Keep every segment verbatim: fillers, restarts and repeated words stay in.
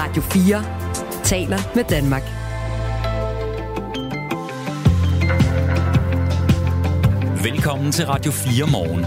Radio fire taler med Danmark. Velkommen til Radio fire Morgen.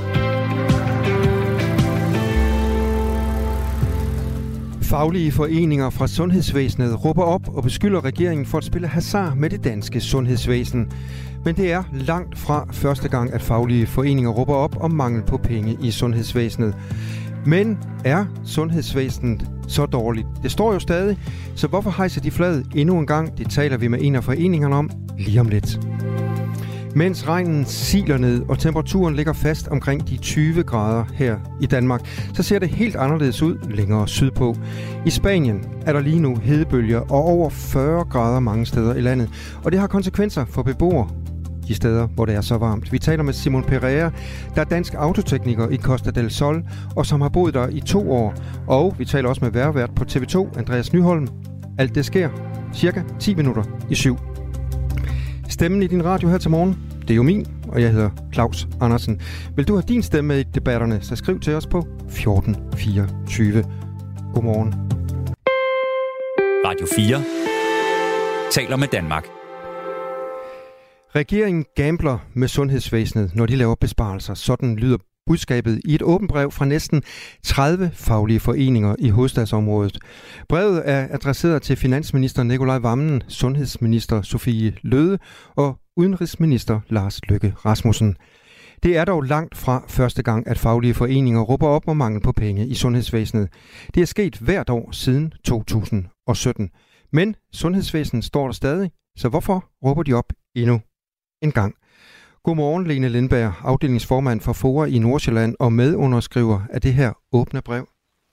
Faglige foreninger fra sundhedsvæsenet råber op og beskylder regeringen for at spille hasard med det danske sundhedsvæsen. Men det er langt fra første gang, at faglige foreninger råber op om mangel på penge i sundhedsvæsenet. Men er sundhedsvæsenet så dårligt? Det står jo stadig, så hvorfor hejser de flaget endnu en gang? Det taler vi med en af foreningerne om lige om lidt. Mens regnen siler ned, og temperaturen ligger fast omkring de tyve grader her i Danmark, så ser det helt anderledes ud længere sydpå. I Spanien er der lige nu hedebølger og over fyrre grader mange steder i landet, og det har konsekvenser for beboere de steder, hvor det er så varmt. Vi taler med Simon Pereira, der er dansk autotekniker i Costa del Sol, og som har boet der i to år. Og vi taler også med vejrvært på T V to, Andreas Nyholm. Alt det sker cirka ti minutter i syv. Stemmen i din radio her til morgen, det er jo min, og jeg hedder Claus Andersen. Vil du have din stemme med i debatterne, så skriv til os på fjorten fireogtyve. Godmorgen. Radio fire taler med Danmark. Regeringen gambler med sundhedsvæsenet, når de laver besparelser. Sådan lyder budskabet i et åbent brev fra næsten tredive faglige foreninger i hovedstadsområdet. Brevet er adresseret til finansminister Nicolai Wammen, sundhedsminister Sophie Løhde og udenrigsminister Lars Løkke Rasmussen. Det er dog langt fra første gang, at faglige foreninger råber op om mangel på penge i sundhedsvæsenet. Det er sket hvert år siden to tusind og sytten. Men sundhedsvæsenet står der stadig, så hvorfor råber de op endnu en gang? Godmorgen, Lene Lindberg, afdelingsformand for FOA i Nordsjælland og medunderskriver af det her åbne brev.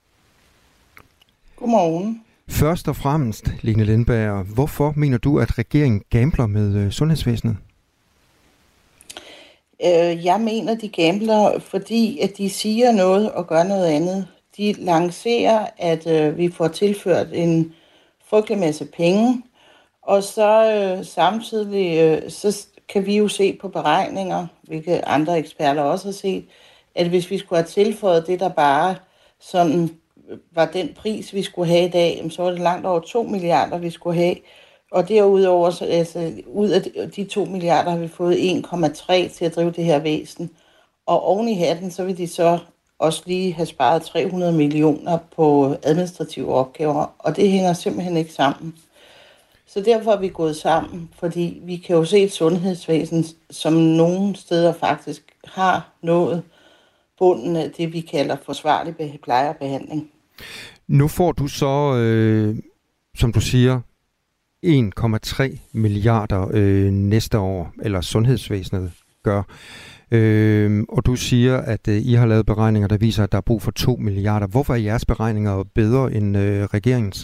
Godmorgen. Først og fremmest, Lene Lindberg, hvorfor mener du, at regeringen gambler med øh, sundhedsvæsenet? Øh, jeg mener, de gambler, fordi at de siger noget og gør noget andet. De lancerer, at øh, vi får tilført en frygtelig masse penge, og så øh, samtidig øh, så kan vi jo se på beregninger, hvilke andre eksperter også har set, at hvis vi skulle have tilføjet det, der bare sådan var den pris, vi skulle have i dag, så var det langt over to milliarder, vi skulle have. Og derudover, så, altså, ud af de to milliarder har vi fået en komma tre til at drive det her væsen. Og oven i hatten, så vil de så også lige have sparet tre hundrede millioner på administrative opgaver, og det hænger simpelthen ikke sammen. Så derfor er vi gået sammen, fordi vi kan jo se et sundhedsvæsen, som nogle steder faktisk har nået bunden af det, vi kalder forsvarlig pleje og behandling. Nu får du så, øh, som du siger, en komma tre milliarder øh, næste år, eller sundhedsvæsenet gør. Øh, og du siger, at øh, I har lavet beregninger, der viser, at der er brug for to milliarder. Hvorfor er jeres beregninger bedre end øh, regeringens?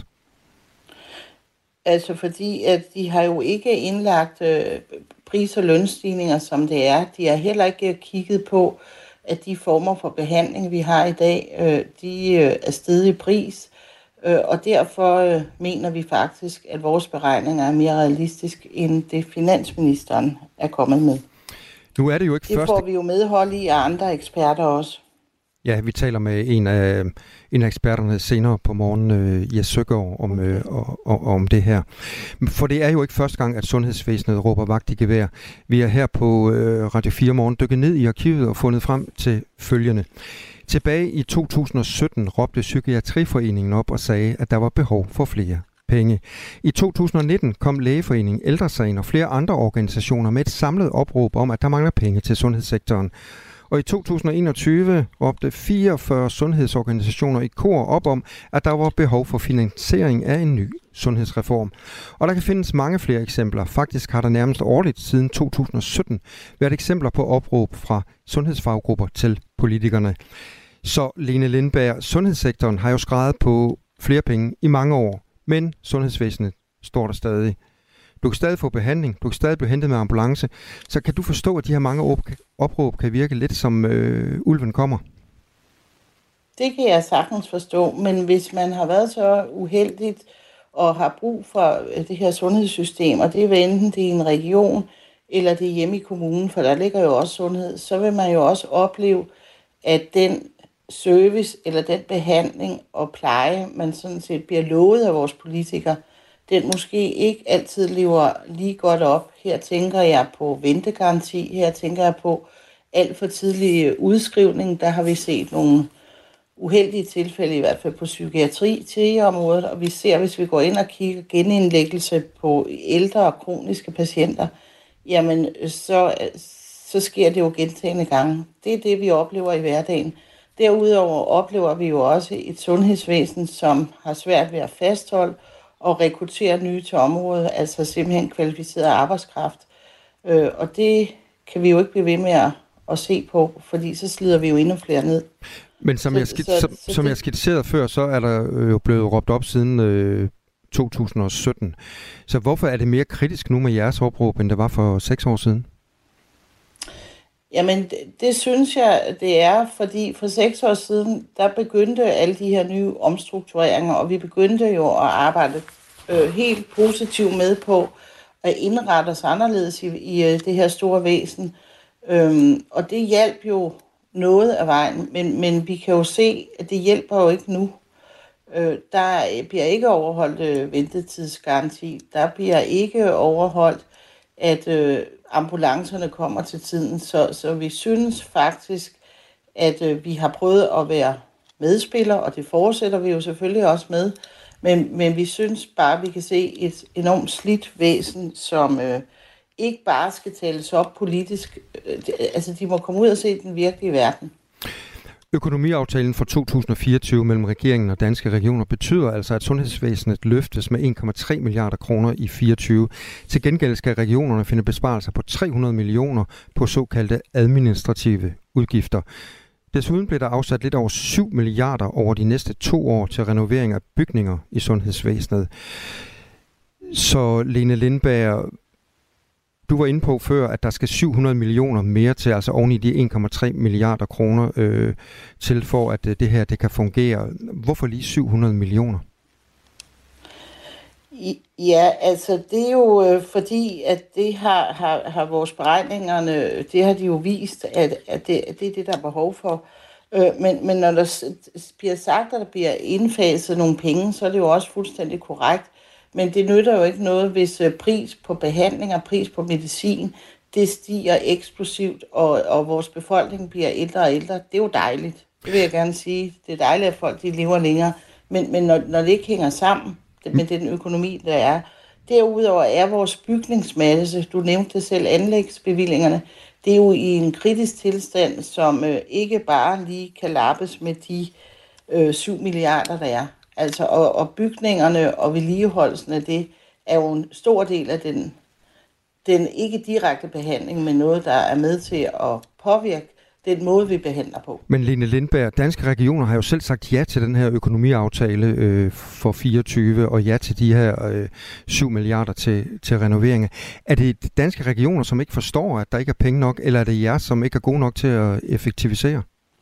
Altså fordi, at de har jo ikke indlagt øh, pris- og lønstigninger, som det er. De har heller ikke kigget på, at de former for behandling, vi har i dag, øh, de øh, er steget i pris. Øh, og derfor øh, mener vi faktisk, at vores beregninger er mere realistiske, end det finansministeren er kommet med. Nu er det jo ikke det første... får vi jo medhold i af andre eksperter også. Ja, vi taler med en af, en af eksperterne senere på morgen, øh, Jes Søgaard, om, øh, og, og, om det her. For det er jo ikke første gang, at sundhedsvæsenet råber vagt i gevær. Vi er her på øh, Radio fire Morgen dykket ned i arkivet og fundet frem til følgende. Tilbage i to tusind og sytten råbte Psykiatriforeningen op og sagde, at der var behov for flere penge. I to tusind og nitten kom Lægeforeningen, Ældre Sagen og flere andre organisationer med et samlet opråb om, at der mangler penge til sundhedssektoren. Og i to tusind og enogtyve råbte fireogfyrre sundhedsorganisationer i kor op om, at der var behov for finansiering af en ny sundhedsreform. Og der kan findes mange flere eksempler. Faktisk har der nærmest årligt siden to tusind og sytten været eksempler på opråb fra sundhedsfaggrupper til politikerne. Så Lene Lindberg, sundhedssektoren har jo skreget på flere penge i mange år, men sundhedsvæsenet står der stadig. Du kan stadig få behandling, du kan stadig blive hentet med ambulance. Så kan du forstå, at de her mange opråb kan virke lidt som øh, ulven kommer? Det kan jeg sagtens forstå, men hvis man har været så uheldigt og har brug for det her sundhedssystem, og det er enten det er en region eller det er hjemme i kommunen, for der ligger jo også sundhed, så vil man jo også opleve, at den service eller den behandling og pleje, man sådan set bliver lovet af vores politikere, den måske ikke altid lever lige godt op. Her tænker jeg på ventegaranti, her tænker jeg på alt for tidlig udskrivning. Der har vi set nogle uheldige tilfælde, i hvert fald på psykiatri til området, og vi ser, hvis vi går ind og kigger genindlæggelse på ældre og kroniske patienter, jamen så, så sker det jo gentagne gange. Det er det, vi oplever i hverdagen. Derudover oplever vi jo også et sundhedsvæsen, som har svært ved at fastholde og rekruttere nye til området, altså simpelthen kvalificeret arbejdskraft. Øh, og det kan vi jo ikke blive ved med at, at se på, fordi så slider vi jo endnu flere ned. Men som, så, jeg, skit, så, som, så som det... jeg skitserede før, så er der jo blevet råbt op siden øh, to tusind og sytten. Så hvorfor er det mere kritisk nu med jeres opråb, end det var for seks år siden? Jamen, det, det synes jeg, det er, fordi for seks år siden, der begyndte alle de her nye omstruktureringer, og vi begyndte jo at arbejde øh, helt positivt med på at indrette os anderledes i, i det her store væsen. Øhm, og det hjalp jo noget af vejen, men, men vi kan jo se, at det hjælper jo ikke nu. Øh, der bliver ikke overholdt øh, ventetidsgaranti, der bliver ikke overholdt, at øh, ambulancerne kommer til tiden, så, så vi synes faktisk, at øh, vi har prøvet at være medspillere, og det fortsætter vi jo selvfølgelig også med, men, men vi synes bare, at vi kan se et enormt slidt væsen, som øh, ikke bare skal tales op politisk, øh, altså de må komme ud og se den virkelige verden. Økonomiaftalen for to tusind og fireogtyve mellem regeringen og Danske Regioner betyder altså, at sundhedsvæsenet løftes med en komma tre milliarder kroner i fireogtyve. Til gengæld skal regionerne finde besparelser på tre hundrede millioner på såkaldte administrative udgifter. Desuden blev der afsat lidt over syv milliarder over de næste to år til renovering af bygninger i sundhedsvæsenet. Så Lene Lindberg, du var inde på før, at der skal syv hundrede millioner mere til, altså oven i de en komma tre milliarder kroner øh, til, for at det her det kan fungere. Hvorfor lige syv hundrede millioner? Ja, altså det er jo øh, fordi, at det har, har, har vores beregningerne, det har de jo vist, at, at, det, at det er det, der er behov for. Øh, men, men når der bliver sagt, at der bliver indfaset nogle penge, så er det jo også fuldstændig korrekt. Men det nytter jo ikke noget, hvis pris på behandling og pris på medicin, det stiger eksplosivt, og, og vores befolkning bliver ældre og ældre. Det er jo dejligt. Det vil jeg gerne sige. Det er dejligt, at folk de lever længere. Men, men når, når det ikke hænger sammen med den økonomi, der er. Derudover er vores bygningsmasse, du nævnte det selv, anlægsbevillingerne, det er jo i en kritisk tilstand, som øh, ikke bare lige kan lappes med de øh, syv milliarder, der er. Altså, og, og bygningerne og vedligeholdelsen af det er jo en stor del af den, den ikke direkte behandling, men noget, der er med til at påvirke den måde, vi behandler på. Men Lene Lindberg, Danske Regioner har jo selv sagt ja til den her økonomiaftale øh, for fireogtyve, og ja til de her øh, syv milliarder til, til renoveringer. Er det Danske Regioner, som ikke forstår, at der ikke er penge nok, eller er det jer, som ikke er gode nok til at effektivisere?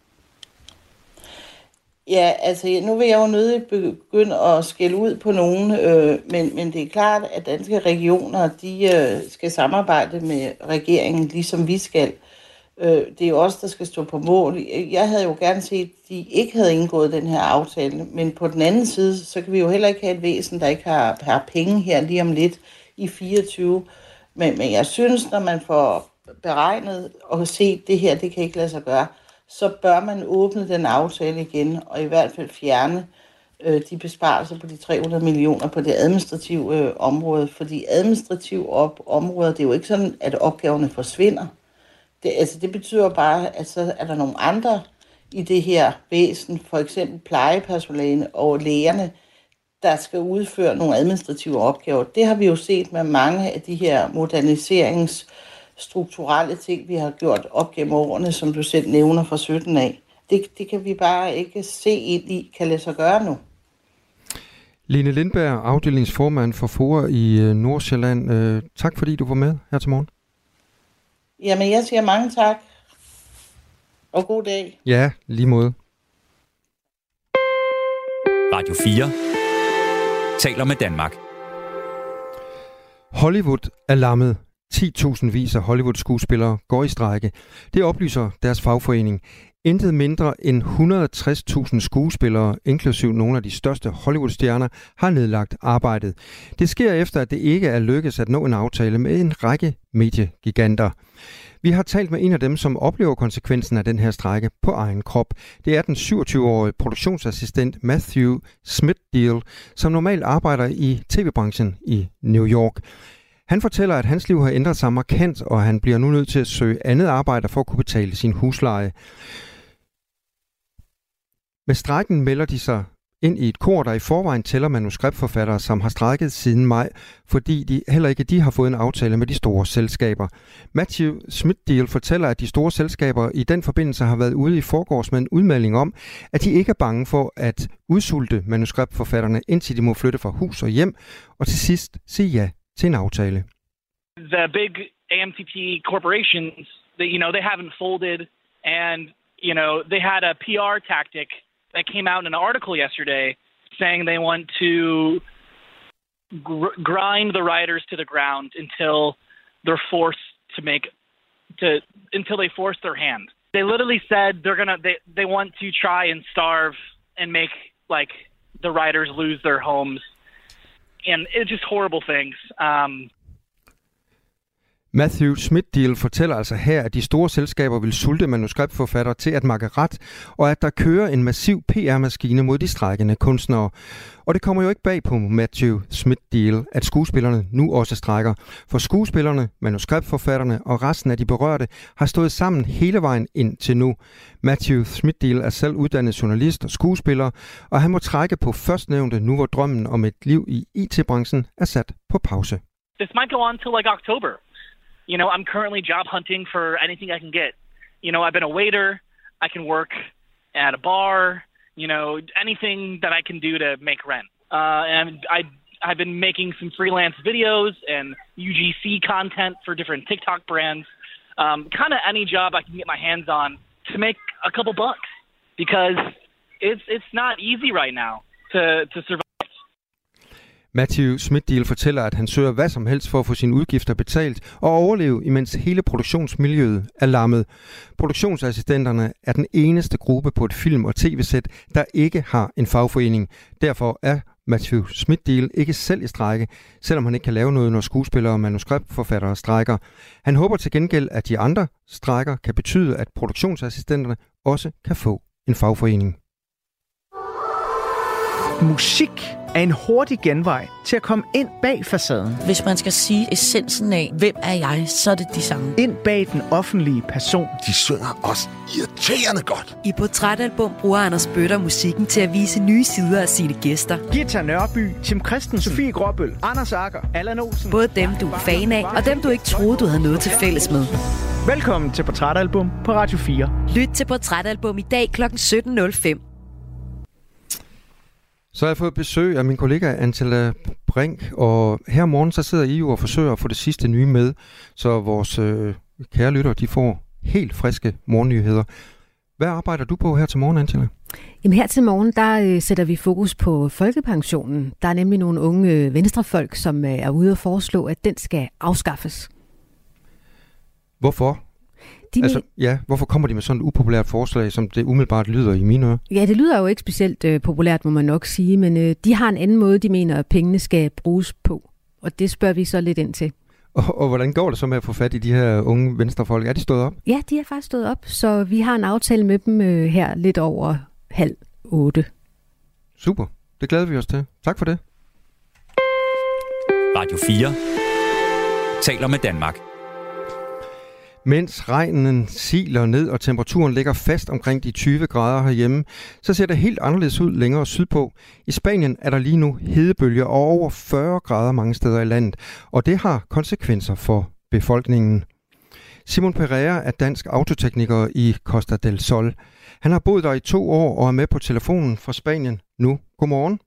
Ja, altså nu vil jeg jo nødigt begynde at skælde ud på nogen, øh, men, men det er klart, at Danske Regioner, de øh, skal samarbejde med regeringen, ligesom vi skal. Øh, det er jo os, der skal stå på mål. Jeg havde jo gerne set, at de ikke havde indgået den her aftale, men på den anden side, så kan vi jo heller ikke have et væsen, der ikke har, har penge her lige om lidt i fireogtyve. Men, men jeg synes, når man får beregnet og set det her, det kan ikke lade sig gøre, så bør man åbne den aftale igen, og i hvert fald fjerne øh, de besparelser på de tre hundrede millioner på det administrative øh, område. Fordi administrative op- områder, det er jo ikke sådan, at opgaverne forsvinder. Det, altså, det betyder bare, at så er der nogle andre i det her væsen, for eksempel plejepersonale og lægerne, der skal udføre nogle administrative opgaver. Det har vi jo set med mange af de her moderniserings- strukturelle ting, vi har gjort op gennem årene, som du selv nævner fra sytten af. Det, det kan vi bare ikke se ind i, kan lade sig gøre nu. Lene Lindberg, afdelingsformand for FOA i Nordsjælland. Øh, tak fordi du var med her til morgen. Jamen, jeg siger mange tak. Og god dag. Ja, lige måde. Radio fire taler med Danmark. Hollywood er lammet. ti tusind vis af Hollywood-skuespillere går i strejke. Det oplyser deres fagforening. Intet mindre end et hundrede og tres tusind skuespillere, inklusiv nogle af de største Hollywood-stjerner, har nedlagt arbejdet. Det sker efter, at det ikke er lykkedes at nå en aftale med en række mediegiganter. Vi har talt med en af dem, som oplever konsekvensen af den her strejke på egen krop. Det er den syvogtyve-årige produktionsassistent Matthew Smith-Deal, som normalt arbejder i tv-branchen i New York. Han fortæller, at hans liv har ændret sig markant, og han bliver nu nødt til at søge andet arbejde for at kunne betale sin husleje. Med strejken melder de sig ind i et kor, der i forvejen tæller manuskriptforfattere, som har strejket siden maj, fordi de heller ikke de har fået en aftale med de store selskaber. Matthew Smith-Deal fortæller, at de store selskaber i den forbindelse har været ude i forgårs med en udmelding om, at de ikke er bange for at udsulte manuskriptforfatterne, indtil de må flytte fra hus og hjem, og til sidst sige ja til en aftale. The big A M C P corporations, they, you know, they haven't folded, and you know, they had a P R tactic that came out in an article yesterday saying they want to gr- grind the writers to the ground until they're forced to make to until they force their hand. They literally said they're gonna they, they want to try and starve and make like the writers lose their homes, and it's just horrible things. Um, Matthew Smith-Deal fortæller altså her, at de store selskaber vil sulte manuskriptforfattere til at makke ret, og at der kører en massiv P R-maskine mod de strejkende kunstnere. Og det kommer jo ikke bag på Matthew Smith-Deal, at skuespillerne nu også strejker. For skuespillerne, manuskriptforfatterne og resten af de berørte har stået sammen hele vejen ind til nu. Matthew Smith-Deal er selv uddannet journalist og skuespiller, og han må trække på førstnævnte nu, hvor drømmen om et liv i I T-branchen er sat på pause. This might go on till like October. You know, I'm currently job hunting for anything I can get. You know, I've been a waiter. I can work at a bar. You know, anything that I can do to make rent. Uh, and I, I've been making some freelance videos and U G C content for different TikTok brands. Um, kind of any job I can get my hands on to make a couple bucks, because it's it's not easy right now to to survive. Matthew Smith-Deal fortæller, at han søger hvad som helst for at få sine udgifter betalt og overleve, imens hele produktionsmiljøet er lammet. Produktionsassistenterne er den eneste gruppe på et film- og tv-sæt, der ikke har en fagforening. Derfor er Matthew Smith-Deal ikke selv i strejke, selvom han ikke kan lave noget, når skuespillere og manuskriptforfattere strejker. Han håber til gengæld, at de andre strejker kan betyde, at produktionsassistenterne også kan få en fagforening. Musik er en hurtig genvej til at komme ind bag facaden. Hvis man skal sige essensen af, hvem er jeg, så er det de samme. Ind bag den offentlige person. De synger også irriterende godt. I Portrætalbum bruger Anders Bøtter musikken til at vise nye sider af sine gæster. Gita Nørby, Tim Christensen, Sofie Gråbøl, Anders Agger, Allan Olsen. Både dem, du er fan af, og dem, du ikke troede, du havde noget til fælles med. Velkommen til Portrætalbum på Radio fire. Lyt til Portrætalbum i dag klokken sytten nul fem. Så har jeg fået besøg af min kollega Angela Brink, og her om morgenen så sidder I jo og forsøger at få det sidste nye med, så vores øh, kære lyttere, de får helt friske morgennyheder. Hvad arbejder du på her til morgen, Angela? Jamen her til morgen, der øh, sætter vi fokus på folkepensionen. Der er nemlig nogle unge øh, venstrefolk, som øh, er ude og foreslå, at den skal afskaffes. Hvorfor? De altså, ja, hvorfor kommer de med sådan et upopulært forslag, som det umiddelbart lyder i mine ører? Ja, det lyder jo ikke specielt øh, populært, må man nok sige, men øh, de har en anden måde, de mener, at pengene skal bruges på. Og det spørger vi så lidt ind til. Og, og hvordan går det så med at få fat i de her unge venstrefolk? Er de stået op? Ja, de er faktisk stået op, så vi har en aftale med dem øh, her lidt over halv otte. Super, det glæder vi os til. Tak for det. Radio fire taler med Danmark. Mens regnen siler ned, og temperaturen ligger fast omkring de tyve grader herhjemme, så ser det helt anderledes ud længere sydpå. I Spanien er der lige nu hedebølger og over fyrre grader mange steder i landet, og det har konsekvenser for befolkningen. Simon Pereira er dansk autotekniker i Costa del Sol. Han har boet der i to år og er med på telefonen fra Spanien nu. Godmorgen.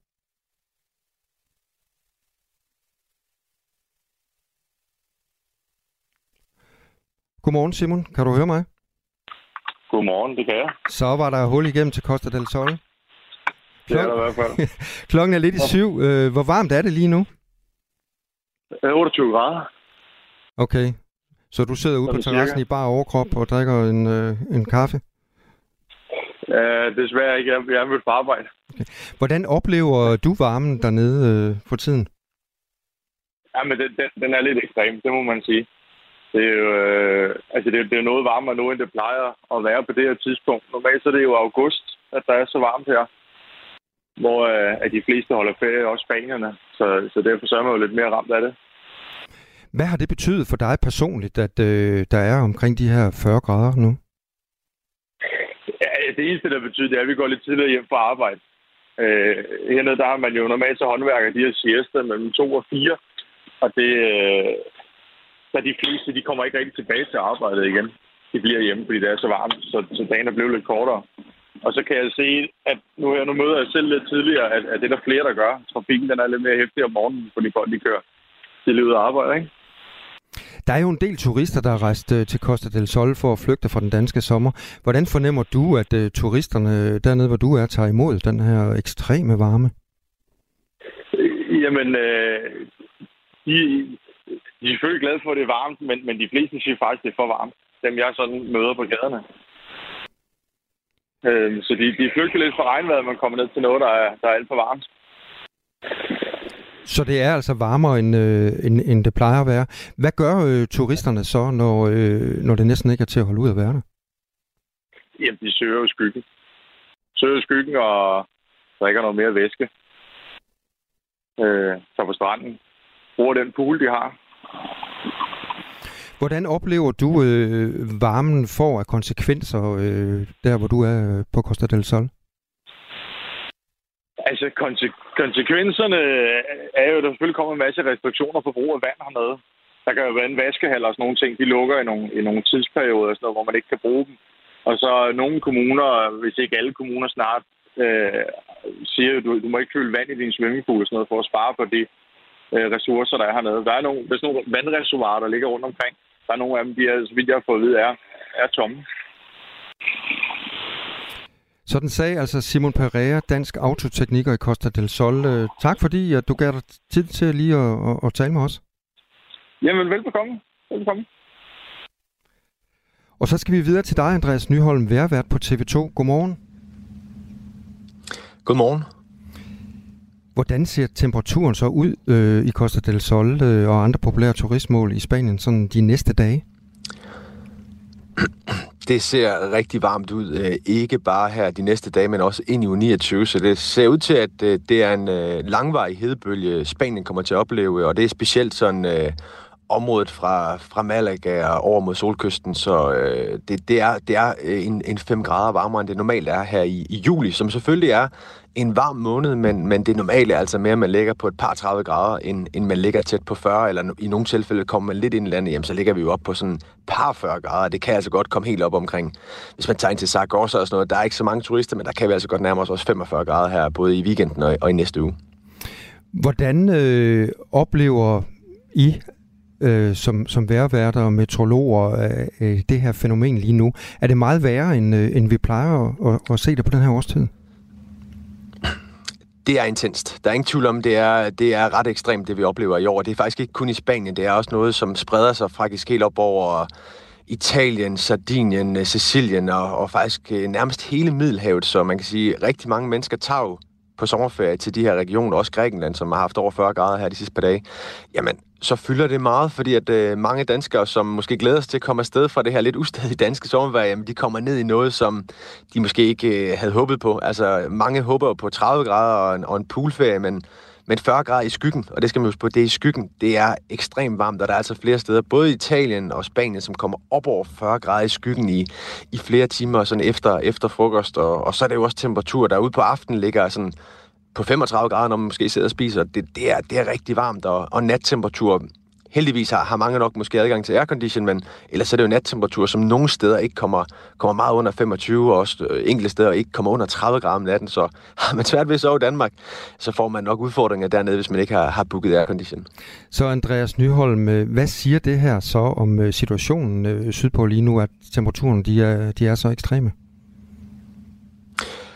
Godmorgen, Simon. Kan du høre mig? Godmorgen, det kan jeg. Så var der hul igennem til Costa del Sol. Det er der i hvert fald. Klokken er lidt i syv. Hvor varmt er det lige nu? otteogtyve grader. Okay, så du sidder ude på terrassen i bar overkrop og drikker en, øh, en kaffe? Uh, desværre ikke. Jeg, jeg er mødt på arbejde. Okay. Hvordan oplever du varmen dernede øh, for tiden? Jamen, den, den, den er lidt ekstrem, det må man sige. Det er jo, øh, altså det, det er noget varmere nu, end det plejer at være på det her tidspunkt. Normalt så er det jo august, at der er så varmt her, hvor øh, at de fleste holder ferie, også spanierne. Så, så derfor så er man jo lidt mere ramt af det. Hvad har det betydet for dig personligt, at øh, der er omkring de her fyrre grader nu? Ja, det eneste, der betyder, det er, at vi går lidt tidligere hjem fra arbejde. Øh, hernede, der har man jo normalt så håndværker, de her siesta mellem to og fire. Og det, øh, så de fleste, de kommer ikke rigtig tilbage til arbejdet igen. De bliver hjemme, fordi det er så varmt, så, så dagen er blevet lidt kortere. Og så kan jeg se, at nu, nu møder jeg selv lidt tidligere, at, at det er der flere, der gør. Trafikken den er lidt mere heftig om morgenen, fordi folk de kører tidligt ud af arbejde, ikke? Der er jo en del turister, der er rejst til Costa del Sol for at flygte fra den danske sommer. Hvordan fornemmer du, at uh, turisterne dernede, hvor du er, tager imod den her ekstreme varme? Jamen, øh, de, de er selvfølgelig glade for, at det er varmt, men, men de fleste siger faktisk, at det er for varmt. Dem jeg sådan møder på gaderne. Øh, så de, de flygter lidt fra regnvejret, man kommer ned til noget, der er, der er alt for varmt. Så det er altså varmere, end, øh, end, end det plejer at være. Hvad gør øh, turisterne så, når, øh, når det næsten ikke er til at holde ud af være der? Jamen, de søger jo skyggen. Søger skyggen og drikker noget mere væske. Øh, så på stranden. Bruger den pool, de har. Hvordan oplever du øh, varmen får af konsekvenser, øh, der hvor du er på Costa del Sol? Altså, konse- konsekvenserne er jo, at der selvfølgelig kommer en masse restriktioner på brug af vand hernede. Der kan jo være en vaskehal og sådan nogle ting. De lukker i nogle, i nogle tidsperioder, sådan noget, hvor man ikke kan bruge dem. Og så nogle kommuner, hvis ikke alle kommuner snart, øh, siger, at du, du må ikke fylde vand i din swimmingpool og sådan noget, for at spare på de øh, ressourcer, der er hernede. Der er nogle, der er sådan nogle vandreservoirer, der ligger rundt omkring. Der er nogle af dem, de er, så vidt jeg har fået at vide, er, er tomme. Sådan sagde altså Simon Pereira, dansk autotekniker i Costa del Sol. Tak fordi at du gav dig tid til lige at, at, at tale med os. Jamen, velbekomme. Velbekomme. Og så skal vi videre til dig, Andreas Nyholm, vejrvært på T V to. Godmorgen. Godmorgen. Hvordan ser temperaturen så ud øh, i Costa del Sol øh, og andre populære turistmål i Spanien sådan de næste dage? Det ser rigtig varmt ud, ikke bare her de næste dage, men også ind i uge niogtyve, så det ser ud til, at det er en langvarig hedebølge, Spanien kommer til at opleve, og det er specielt sådan øh, området fra, fra Malaga og over mod solkysten, så øh, det, det er, det er en, en fem grader varmere, end det normalt er her i, i juli, som selvfølgelig er en varm måned, men, men det normale er altså mere, at man ligger på et par tredive grader, end, end man ligger tæt på fyrre, eller i nogle tilfælde kommer man lidt ind i landet, jamen, så ligger vi jo op på sådan par fyrre grader. Det kan altså godt komme helt op omkring, hvis man tager ind til Zaragoza og sådan noget. Der er ikke så mange turister, men der kan vi altså godt nærme os også femogfyrre grader her, både i weekenden og, og i næste uge. Hvordan øh, oplever I øh, som, som vejrværter og meteorologer øh, det her fænomen lige nu? Er det meget værre, end, øh, end vi plejer at, at, at se det på den her årstid? Det er intenst. Der er ingen tvivl om, det er, det er ret ekstremt, det vi oplever i år. Det er faktisk ikke kun i Spanien. Det er også noget, som spreder sig faktisk helt op over Italien, Sardinien, Sicilien og, og faktisk nærmest hele Middelhavet. Så man kan sige, at rigtig mange mennesker tager jo på sommerferie til de her regioner, også Grækenland, som har haft over fyrre grader her de sidste par dage. Jamen, så fylder det meget, fordi at øh, mange danskere, som måske glæder sig til at komme afsted fra det her lidt ustadige danske sommervejr, jamen, de kommer ned i noget, som de måske ikke øh, havde håbet på. Altså, mange håber på tredive grader og en, og en poolferie, men, men fyrre grader i skyggen, og det skal man huske på, det er i skyggen, det er ekstremt varmt, og der er altså flere steder, både i Italien og Spanien, som kommer op over fyrre grader i skyggen i, i flere timer sådan efter, efter frokost, og, og så er det jo også temperatur, der ude på aftenen ligger sådan på femogtredive grader, når man måske sidder og spiser. Det, det, er, det er rigtig varmt, og, og nattemperatur. Heldigvis har, har mange nok måske adgang til aircondition, men ellers er det jo nattemperatur, som nogle steder ikke kommer, kommer meget under femogtyve, og også øh, enkelte steder ikke kommer under tredive grader om natten. Så har man svært ved at sove i Danmark, så får man nok udfordringer dernede, hvis man ikke har, har booket aircondition. Så Andreas Nyholm, hvad siger det her så om situationen øh, sydpå lige nu, at temperaturen de er, de er så ekstreme?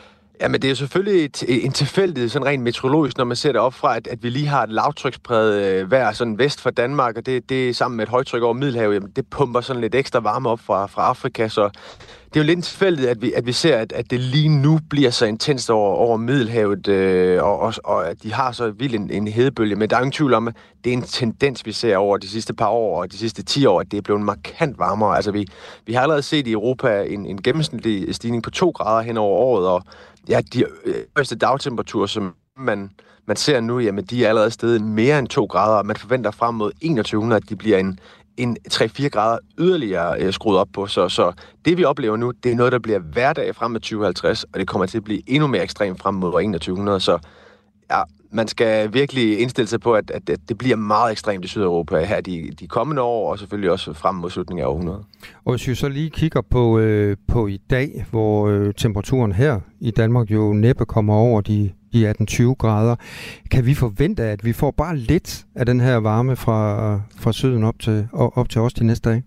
Ja, men det er jo selvfølgelig et, en tilfældighed, sådan rent meteorologisk, når man ser det op fra, at, at vi lige har et lavtrykspræget øh, vejr sådan vest for Danmark, og det, det sammen med et højtryk over Middelhavet, jamen, det pumper sådan lidt ekstra varme op fra, fra Afrika, så det er jo lidt en tilfældighed, at vi, at vi ser, at, at det lige nu bliver så intenst over, over Middelhavet, øh, og, og, og at de har så vild en, en hedebølge, men der er ingen tvivl om, at det er en tendens, vi ser over de sidste par år, og de sidste ti år, at det er blevet markant varmere. Altså, vi, vi har allerede set i Europa en, en gennemsnitlig stigning på to grader hen over året, og ja, de øverste dagtemperaturer, som man, man ser nu, jamen, de er allerede steget mere end to grader, og man forventer frem mod enogtyve hundrede, at de bliver en, en tre til fire grader yderligere øh, skruet op på. Så, så det, vi oplever nu, det er noget, der bliver hverdag frem mod tyve halvtreds, og det kommer til at blive endnu mere ekstremt frem mod enogtyve hundrede. Så ja, man skal virkelig indstille sig på, at, at, at det bliver meget ekstremt i Sydeuropa her de, de kommende år, og selvfølgelig også frem mod slutningen af århundredet. Og hvis vi så lige kigger på, øh, på i dag, hvor øh, temperaturen her i Danmark jo næppe kommer over de, de atten til tyve grader, kan vi forvente, at vi får bare lidt af den her varme fra, fra syden op til, op til os de næste dage?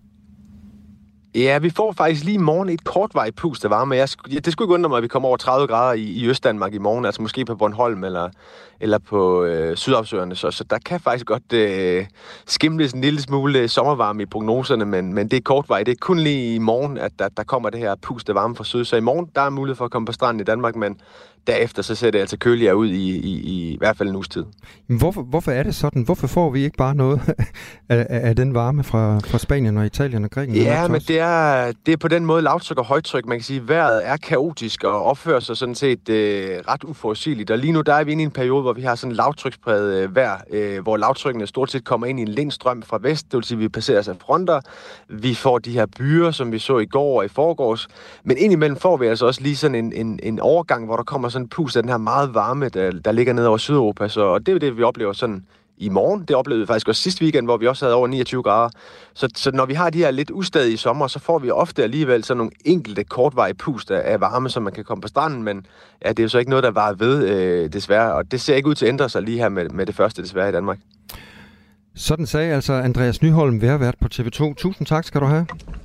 Ja, vi får faktisk lige i morgen et kortvarigt pust af varme. Jeg, det skulle ikke undre mig, at vi kommer over tredive grader i, i Østdanmark i morgen, altså måske på Bornholm eller, eller på øh, Sydhavsøerne. Så, så der kan faktisk godt øh, skimles en lille smule sommervarme i prognoserne, men, men det er kortvarigt. Det er kun lige i morgen, at der, der kommer det her pust af varme fra syd. Så i morgen, der er mulighed for at komme på stranden i Danmark, men derefter så ser det altså køligere ud i, i, i, i hvert fald en uges tid. Hvorfor, hvorfor er det sådan? Hvorfor får vi ikke bare noget af, af den varme fra, fra Spanien og Italien og Grækenland? Ja, men det er, det er på den måde lavtryk og højtryk. Man kan sige, at vejret er kaotisk og opfører sig sådan set øh, ret uforudsigeligt. Og lige nu der er vi inde i en periode, hvor vi har sådan en lavtrykspræget øh, vejr, øh, hvor lavtrykkene stort set kommer ind i en lindstrøm fra vest. Det vil sige, at vi passerer sig fronter. Vi får de her byer, som vi så i går og i forgårs. Men indimellem får vi altså også lige sådan en, en, en overgang, hvor der kommer sådan en pus af den her meget varme, der, der ligger ned over Sydeuropa. Så, og det er det, vi oplever sådan i morgen. Det oplevede vi faktisk også sidste weekend, hvor vi også havde over niogtyve grader. Så, så når vi har de her lidt ustadige sommer, så får vi ofte alligevel sådan nogle enkelte kortvarige pust af, af varme, som man kan komme på stranden, men ja, det er jo så ikke noget, der varer ved, øh, desværre. Og det ser ikke ud til at ændre sig lige her med, med det første, desværre, i Danmark. Sådan sagde altså Andreas Nyholm, vejrvært på T V to. Tusind tak skal du have.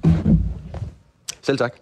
Selv tak.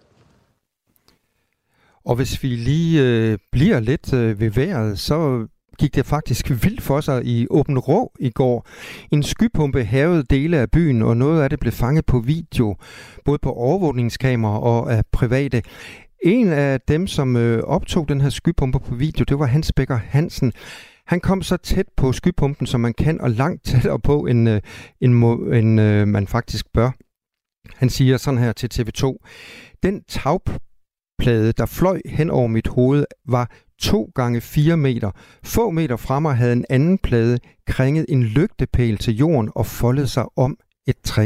Og hvis vi lige øh, bliver lidt øh, ved vejret, så gik det faktisk vildt for sig i Aabenraa i går. En skypumpe hærgede dele af byen, og noget af det blev fanget på video, både på overvågningskamera og af private. En af dem, som øh, optog den her skypumpe på video, det var Hans Becker Hansen. Han kom så tæt på skypumpen, som man kan, og langt tættere på, end, øh, end, end øh, man faktisk bør. Han siger sådan her til T V to. Den tagplade, der fløj hen over mit hoved, var to gange fire meter. Få meter fra mig havde en anden plade krænget en lygtepæl til jorden og foldet sig om et træ.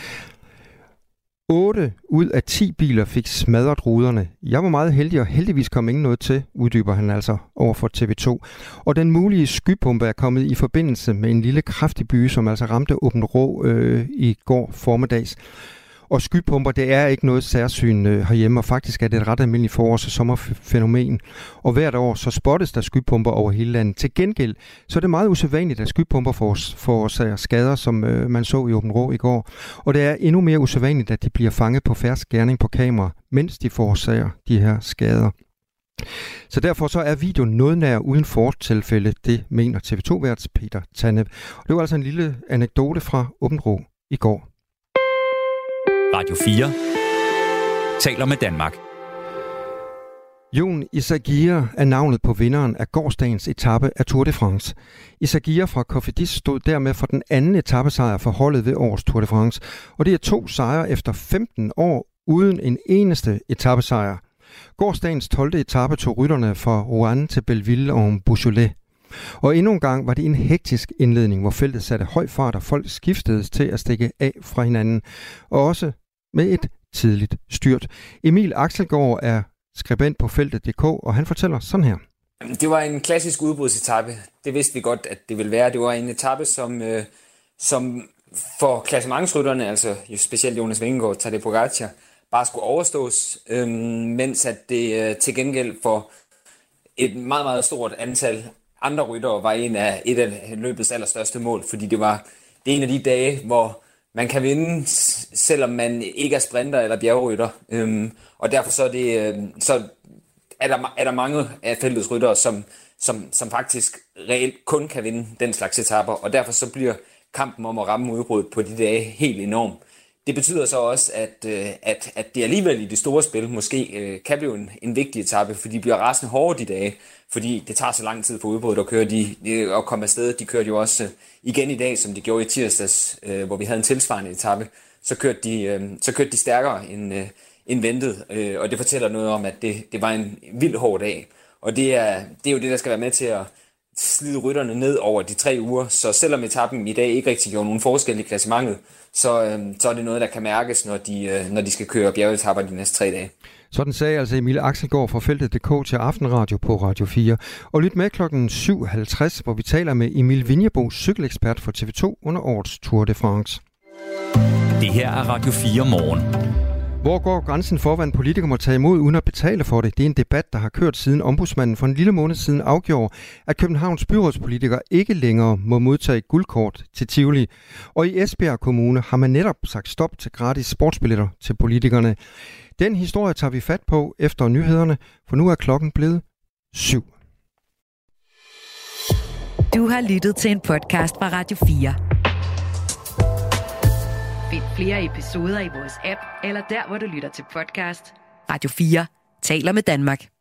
otte ud af ti biler fik smadret ruderne. Jeg var meget heldig, og heldigvis kom ingen noget til, uddyber han altså over for T V to. Og den mulige skypumpe er kommet i forbindelse med en lille kraftig by, som altså ramte Aabenraa øh, i går formiddags. Og skypumper, det er ikke noget særsyn øh, herhjemme, og faktisk er det et ret almindeligt forårs- og sommerfænomen. Og hvert år så spottes der skypumper over hele landet. Til gengæld så er det meget usædvanligt, at skypumper forårsager skader, som øh, man så i Aabenraa i går. Og det er endnu mere usædvanligt, at de bliver fanget på fersk gerning på kamera, mens de forårsager de her skader. Så derfor så er videoen noget nær uden fortilfælde, det mener T V to-vært Peter Tanev. Og det var altså en lille anekdote fra Aabenraa i går. Radio fire taler med Danmark. Jon Izagirre er navnet på vinderen af gårsdagens etape af Tour de France. Izagirre fra Cofidis stod dermed for den anden etapesejr for holdet ved årets Tour de France. Og det er to sejre efter femten år uden en eneste etapesejr. Gårsdagens tolvte etape tog rytterne fra Rouen til Belleville-en-Beaujolais. Og endnu en gang var det en hektisk indledning, hvor feltet satte høj fart, og folk skiftedes til at stikke af fra hinanden. Og også med et tidligt styrt. Emil Axelgaard er skribent på feltet punktum d k, og han fortæller sådan her. Det var en klassisk udbrudsetape. Det vidste vi godt, at det ville være. Det var en etape, som, øh, som for klassementsrytterne, altså specielt Jonas Vingegaard, Tadej Pogačar, bare skulle overstås, øh, mens at det øh, til gengæld for et meget, meget stort antal andre ryttere var en af et af løbets allerstørste mål, fordi det var det en af de dage, hvor man kan vinde, selvom man ikke er sprinter eller bjergrytter. Øhm, og derfor så er, det, så er der, er der mange af feltets ryttere, som, som, som faktisk reelt kun kan vinde den slags etaper, og derfor så bliver kampen om at ramme udbruddet på de dage helt enorm. Det betyder så også, at, at, at det alligevel i det store spil måske kan blive en, en vigtig etape, fordi de bliver rasende hårde de dage, fordi det tager så lang tid for udbruddet at køre de, at komme afsted. De kørte jo også igen i dag, som de gjorde i tirsdags, hvor vi havde en tilsvarende etape. Så kørte de, så kørte de stærkere end, end ventet, og det fortæller noget om, at det, det var en vild hård dag. Og det er, det er jo det, der skal være med til at slide rytterne ned over de tre uger. Så selvom etappen i dag ikke rigtig gjorde nogen forskel i klassementet, så, så er det noget, der kan mærkes, når de, når de skal køre bjergetapper de næste tre dage. Sådan sagde altså Emil Axelgaard fra feltet punktum d k til Aftenradio på Radio fire. Og lyt med klokken syv halvtreds, hvor vi taler med Emil Vinjebo, cykelekspert for T V to under årets Tour de France. Det her er Radio fire morgen. Hvor går grænsen for, hvad en politiker må tage imod uden at betale for det? Det er en debat, der har kørt siden ombudsmanden for en lille måned siden afgjorde, at Københavns byrådspolitikere ikke længere må modtage guldkort til Tivoli. Og i Esbjerg Kommune har man netop sagt stop til gratis sportsbilletter til politikerne. Den historie tager vi fat på efter nyhederne, for nu er klokken blevet syv. Du har lyttet til en podcast fra Radio fire. Find flere episoder i vores app, eller der, hvor du lytter til podcast. Radio fire taler med Danmark.